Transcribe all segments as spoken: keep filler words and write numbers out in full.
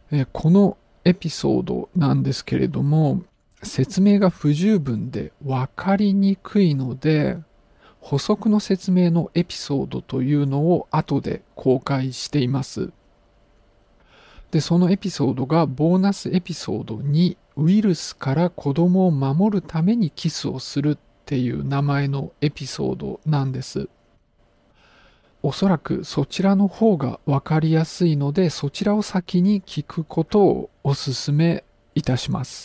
えこのエピソードなんですけれども、説明が不十分で分かりにくいので、補足の説明のエピソードというのを後で公開しています。で、そのエピソードがボーナスエピソードに、ウイルスから子供を守るためにキスをするっていう名前のエピソードなんです。おそらくそちらの方がわかりやすいので、そちらを先に聞くことをお勧めいたします。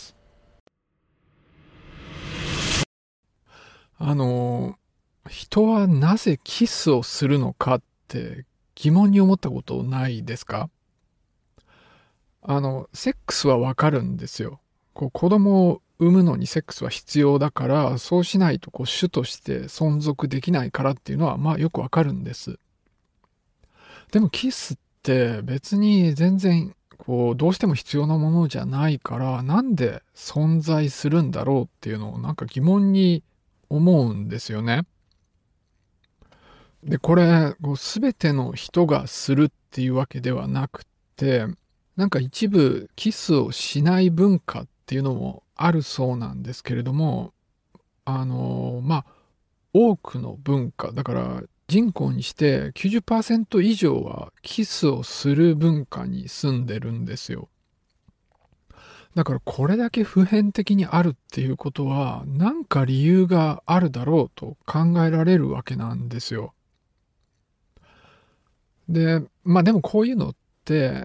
あの、人はなぜキスをするのかって疑問に思ったことないですか？あの、セックスはわかるんですよ。こう子供を産むのにセックスは必要だから、そうしないとこう種として存続できないからっていうのはまあよくわかるんです。でもキスって別に全然こうどうしても必要なものじゃないから、なんで存在するんだろうっていうのをなんか疑問に思うんですよね。で、これ、こう全ての人がするっていうわけではなくて、なんか一部キスをしない文化っていうのもあるそうなんですけれども、あの、まあ、多くの文化、だから人口にしてきゅうじゅっパーセント以上はキスをする文化に住んでるんですよ。だからこれだけ普遍的にあるっていうことは、なんか理由があるだろうと考えられるわけなんですよ。で、まあでもこういうのって、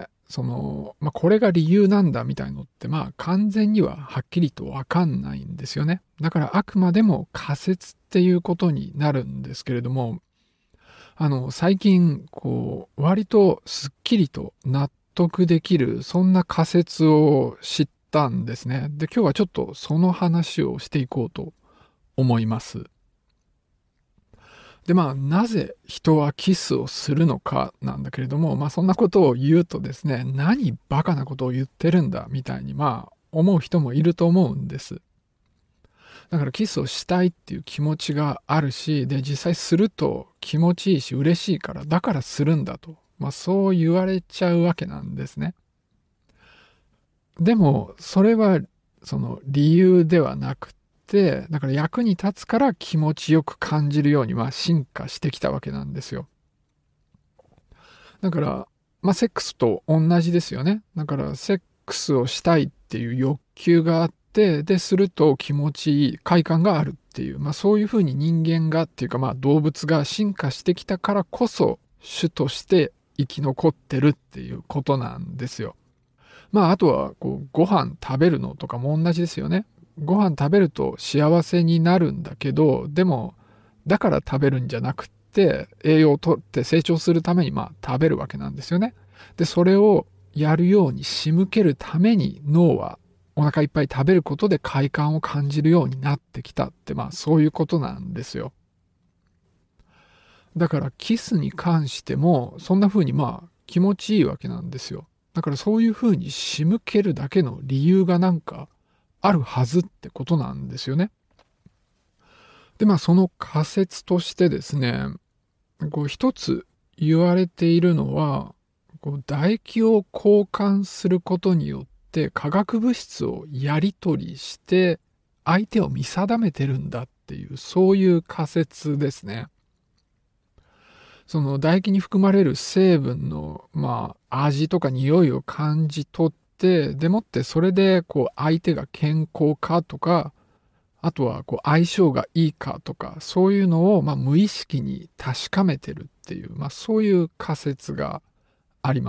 その、まあこれが理由なんだみたいのって、まあ完全にははっきりとわかんないんですよね。だからあくまでも仮説っていうことになるんですけれども、あの、最近、こう、割とすっきりと納得できる、そんな仮説を知ったんですね。で、今日はちょっとその話をしていこうと思います。で、まあ、なぜ人はキスをするのかなんだけれども、まあ、そんなことを言うとですね、何バカなことを言ってるんだ、みたいに、まあ、思う人もいると思うんです。だからキスをしたいっていう気持ちがあるし、で、実際すると気持ちいいし嬉しいから、だからするんだと。まあそう言われちゃうわけなんですね。でも、それはその理由ではなくて、だから役に立つから気持ちよく感じるようにまあ進化してきたわけなんですよ。だから、まあセックスと同じですよね。だからセックスをしたいっていう欲求があって、で、すると気持ちいい、快感があるっていう、まあそういうふうに人間がっていうかまあ動物が進化してきたからこそ、種として生き残ってるっていうことなんですよ。まああとは、こう、ご飯食べるのとかも同じですよね。ご飯食べると幸せになるんだけど、でも、だから食べるんじゃなくって、栄養をとって成長するためにまあ食べるわけなんですよね。で、それをやるように仕向けるために脳はお腹いっぱい食べることで快感を感じるようになってきたって、まあそういうことなんですよ。だからキスに関してもそんな風にまあ気持ちいいわけなんですよ。だからそういう風に仕向けるだけの理由がなんかあるはずってことなんですよね。で、まあその仮説としてですね、こう一つ言われているのは、こう唾液を交換することによって化学物質をやり取りして相手を見定めてるんだっていう、そういう仮説ですね。その唾液に含まれる成分の、まあ、味とか匂いを感じ取って、でもってそれでこう相手が健康かとか、あとはこう相性がいいかとか、そういうのをまあ無意識に確かめてるっていう、まあそういう仮説があります。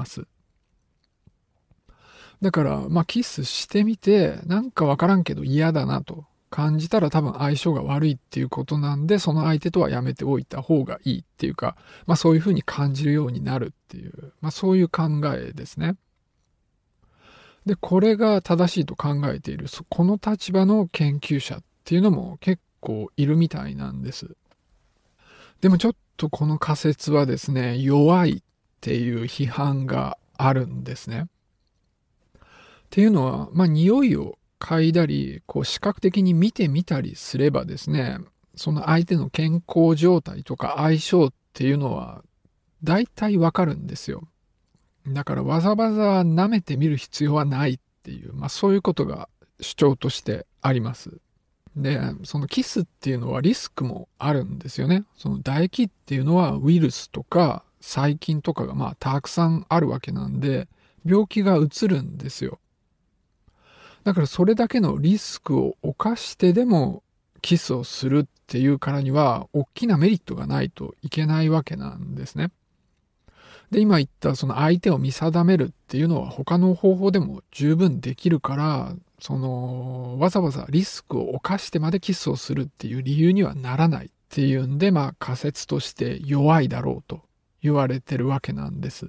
だからまあキスしてみて、なんかわからんけど嫌だなと感じたら多分相性が悪いっていうことなんで、その相手とはやめておいた方がいいっていうか、まあそういうふうに感じるようになるっていう、まあそういう考えですね。で、これが正しいと考えている、この立場の研究者っていうのも結構いるみたいなんです。でもちょっとこの仮説はですね、弱いっていう批判があるんですね。っていうのは、まあ匂いを嗅いだり、こう視覚的に見てみたりすればですね、その相手の健康状態とか相性っていうのは大体わかるんですよ。 だからわざわざ舐めてみる必要はないっていう、まあそういうことが主張としてあります。で、そのキスっていうのはリスクもあるんですよね。その唾液っていうのはウイルスとか細菌とかがまあたくさんあるわけなんで、病気がうつるんですよ。だからそれだけのリスクを冒してでもキスをするっていうからには大きなメリットがないといけないわけなんですね。で、今言ったその相手を見定めるっていうのは他の方法でも十分できるから、そのわざわざリスクを冒してまでキスをするっていう理由にはならないっていうんで、まあ仮説として弱いだろうと言われてるわけなんです。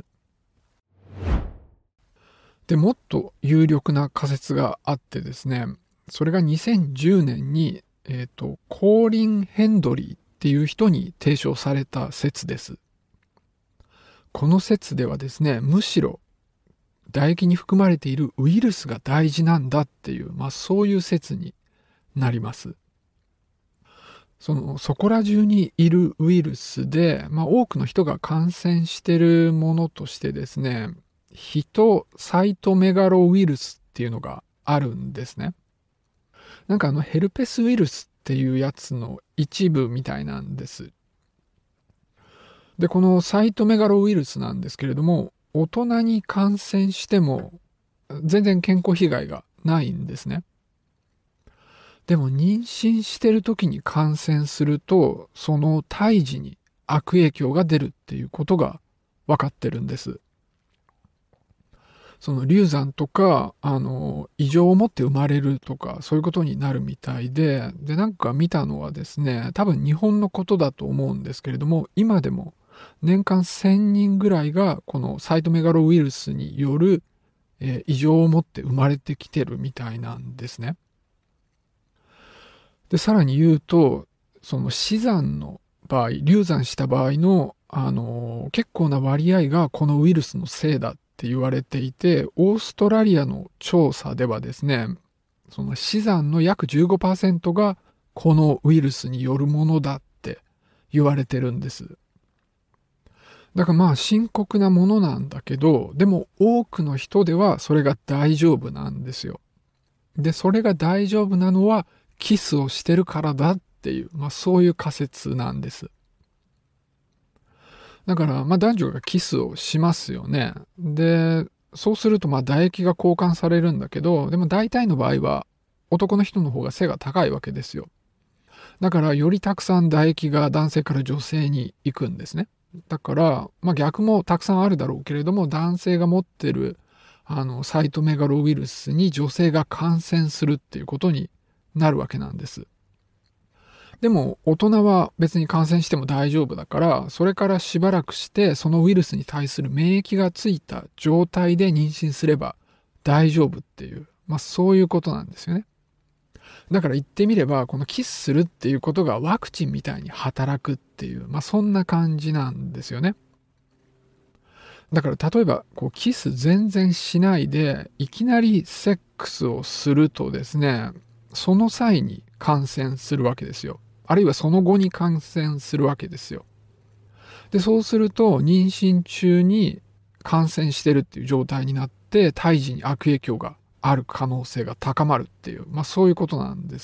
で、もっと有力な仮説があってですね、それがにせんじゅうねんに、えっと、コーリン・ヘンドリーっていう人に提唱された説です。この説ではですね、むしろ唾液に含まれているウイルスが大事なんだっていう、まあそういう説になります。その、そこら中にいるウイルスで、まあ多くの人が感染しているものとしてですね、ヒトサイトメガロウイルスっていうのがあるんですね。なんかあのヘルペスウイルスっていうやつの一部みたいなんです。で、このサイトメガロウイルスなんですけれども、大人に感染しても全然健康被害がないんですね。でも妊娠してる時に感染すると、その胎児に悪影響が出るっていうことが分かってるんです。その流産とか、あの、異常を持って生まれるとか、そういうことになるみたいで、で、なんか見たのはですね、多分日本のことだと思うんですけれども、今でも年間せんにんぐらいがこのサイトメガロウイルスによる、えー異常を持って生まれてきてるみたいなんですね。で、さらに言うと、その死産の場合、流産した場合の、あの、結構な割合がこのウイルスのせいだって言われていて、オーストラリアの調査ではですね、その死産の約じゅうごパーセントがこのウイルスによるものだって言われてるんです。だからまあ深刻なものなんだけど、でも多くの人ではそれが大丈夫なんですよ。で、それが大丈夫なのはキスをしてるからだっていう、まあそういう仮説なんです。だから、まあ男女がキスをしますよね。で、そうするとまあ唾液が交換されるんだけど、でも大体の場合は男の人の方が背が高いわけですよ。だからよりたくさん唾液が男性から女性に行くんですね。だから、まあ逆もたくさんあるだろうけれども、男性が持ってるあのサイトメガロウイルスに女性が感染するっていうことになるわけなんです。でも大人は別に感染しても大丈夫だから、それからしばらくしてそのウイルスに対する免疫がついた状態で妊娠すれば大丈夫っていう、まあそういうことなんですよね。だから言ってみれば、このキスするっていうことがワクチンみたいに働くっていう、まあそんな感じなんですよね。だから例えば、こうキス全然しないで、いきなりセックスをするとですね、その際に感染するわけですよ。あるいはその後に感染するわけですよ。で、そうすると、妊娠中に感染してるっていう状態になって、胎児に悪影響がある可能性が高まるっていう、まあそういうことなんです。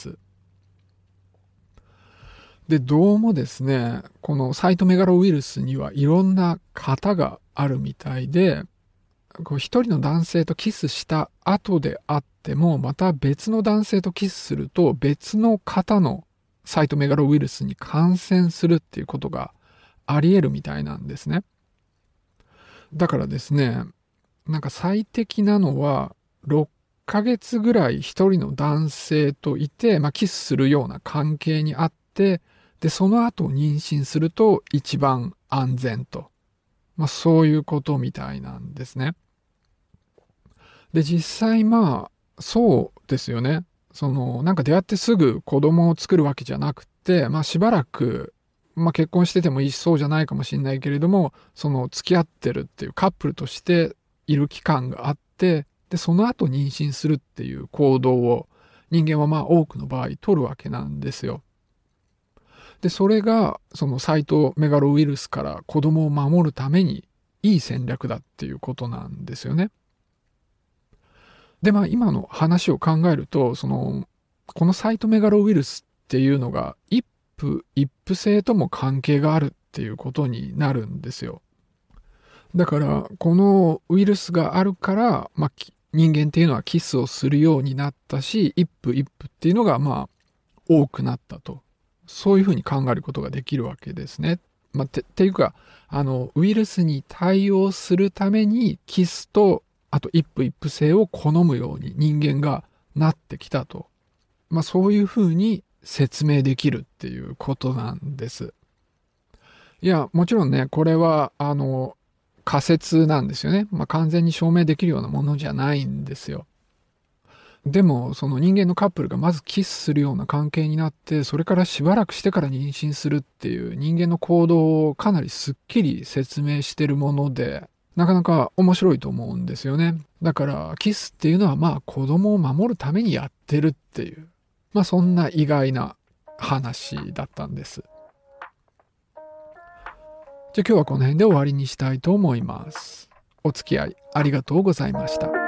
で、どうもですね、このサイトメガロウイルスにはいろんな型があるみたいで、こう一人の男性とキスした後であっても、また別の男性とキスすると別の型のサイトメガロウイルスに感染するっていうことがあり得るみたいなんですね。だからですね、なんか最適なのはろっかげつぐらい一人の男性といて、まあ、キスするような関係にあって、で、その後妊娠すると一番安全と。まあそういうことみたいなんですね。で、実際まあ、そうですよね。その、なんか出会ってすぐ子供を作るわけじゃなくて、まあしばらく、まあ結婚しててもいいしそうじゃないかもしれないけれども、その付き合ってるっていうカップルとしている期間があって、で、その後妊娠するっていう行動を人間はまあ多くの場合取るわけなんですよ。で、それが、そのサイトメガロウイルスから子供を守るためにいい戦略だっていうことなんですよね。で、まあ今の話を考えると、その、このサイトメガロウイルスっていうのが一夫一夫制とも関係があるっていうことになるんですよ。だから、このウイルスがあるから、まあ、人間っていうのはキスをするようになったし、一夫一夫っていうのがまあ多くなったと。そういうふうに考えることができるわけですね。まあ、て、っていうか、あの、ウイルスに対応するためにキスと、あと一夫一夫制を好むように人間がなってきたと。まあ、そういうふうに説明できるっていうことなんです。いや、もちろんね、これは、あの、仮説なんですよね。まあ、完全に証明できるようなものじゃないんですよ。でも、その人間のカップルがまずキスするような関係になって、それからしばらくしてから妊娠するっていう人間の行動をかなりすっきり説明してるもので、なかなか面白いと思うんですよね。だから、キスっていうのはまあ子供を守るためにやってるっていう、まあそんな意外な話だったんです。じゃあ今日はこの辺で終わりにしたいと思います。お付き合いありがとうございました。